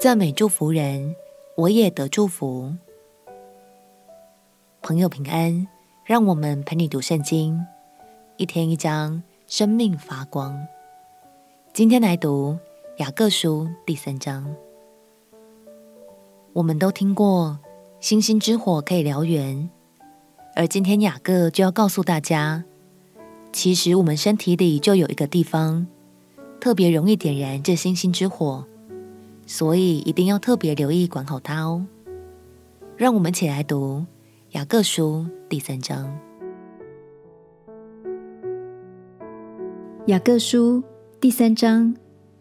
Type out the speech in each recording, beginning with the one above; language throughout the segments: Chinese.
赞美祝福人，我也得祝福。朋友平安，让我们陪你读圣经，一天一章，生命发光。今天来读雅各书第3章。我们都听过星星之火可以燎原，而今天雅各就要告诉大家，其实我们身体里就有一个地方特别容易点燃这星星之火，所以一定要特别留意管好它哦。让我们一起来读雅各书第3章。 雅各书第3章。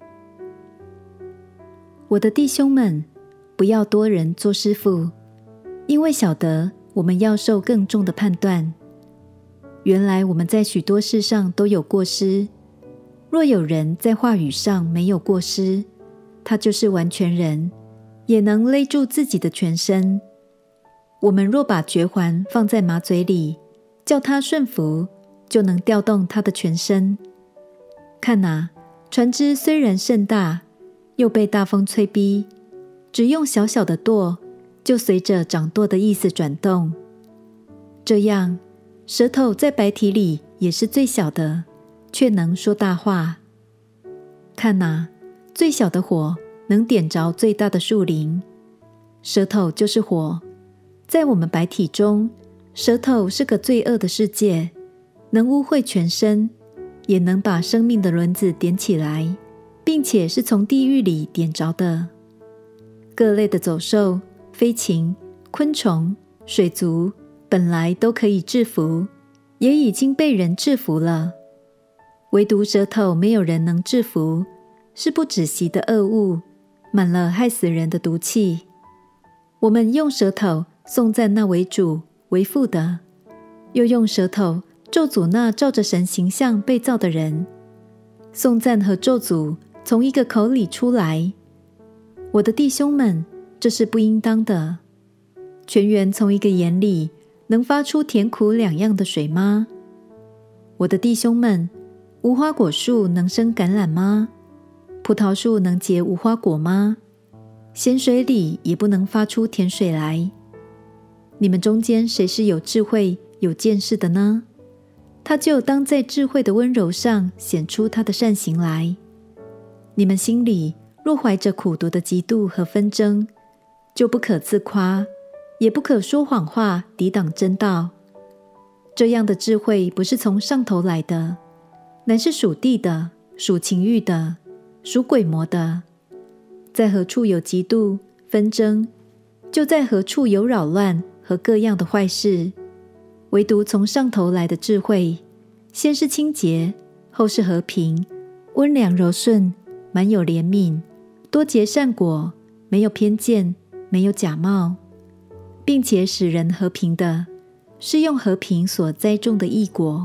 我的弟兄们，不要多人做师傅，因为晓得我们要受更重的判断。原来我们在许多事上都有过失，若有人在话语上没有过失，他就是完全人，也能勒住自己的全身。我们若把嚼环放在马嘴里，叫它顺服，就能调动它的全身。看啊，船只虽然甚大，又被大风吹逼，只用小小的舵，就随着掌舵的意思转动。这样，舌头在百体里也是最小的，却能说大话。看啊，最小的火能点着最大的树林。舌头就是火，在我们百体中，舌头是个罪恶的世界，能污秽全身，也能把生命的轮子点起来，并且是从地狱里点着的。各类的走兽、飞禽、昆虫、水族，本来都可以制服，也已经被人制服了。唯独舌头没有人能制服，是不止息的恶物，满了害死人的毒气。我们用舌头颂赞那为主为父的，又用舌头咒诅那照着神形象被造的人。颂赞和咒诅从一个口里出来。我的弟兄们，这是不应当的。泉源从一个眼里能发出甜苦两样的水吗？我的弟兄们，无花果树能生橄榄吗？葡萄树能结无花果吗？咸水里也不能发出甜水来。你们中间谁是有智慧有见识的呢？他就当在智慧的温柔上显出他的善行来。你们心里若怀着苦毒的嫉妒和纷争，就不可自夸，也不可说谎话抵挡真道。这样的智慧不是从上头来的，乃是属地的，属情欲的，属鬼魔的。在何处有嫉妒纷争，就在何处有扰乱和各样的坏事。唯独从上头来的智慧，先是清洁，后是和平，温良柔顺，满有怜悯，多结善果，没有偏见，没有假冒，并且使人和平的，是用和平所栽种的义果。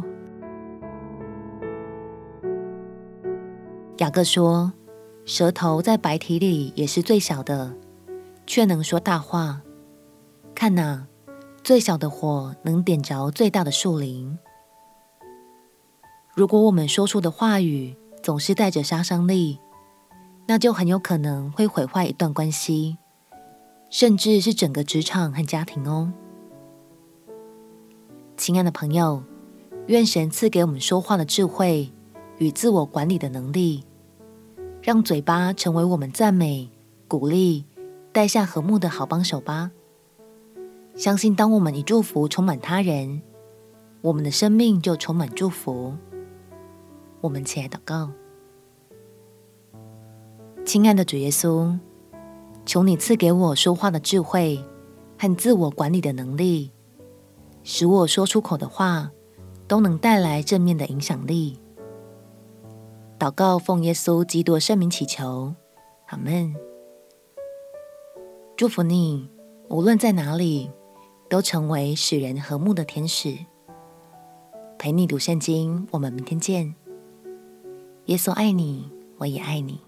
雅各说，舌头在百体里也是最小的，却能说大话。看啊，最小的火能点着最大的树林。如果我们说出的话语总是带着杀伤力，那就很有可能会毁坏一段关系，甚至是整个职场和家庭哦。亲爱的朋友，愿神赐给我们说话的智慧与自我管理的能力，让嘴巴成为我们赞美、鼓励、带下和睦的好帮手吧。相信当我们以祝福充满他人，我们的生命就充满祝福。我们起来祷告。亲爱的主耶稣，求你赐给我说话的智慧和自我管理的能力，使我说出口的话都能带来正面的影响力。祷告奉耶稣基督的圣名祈求，阿们。祝福你，无论在哪里，都成为使人和睦的天使。陪你读圣经，我们明天见。耶稣爱你，我也爱你。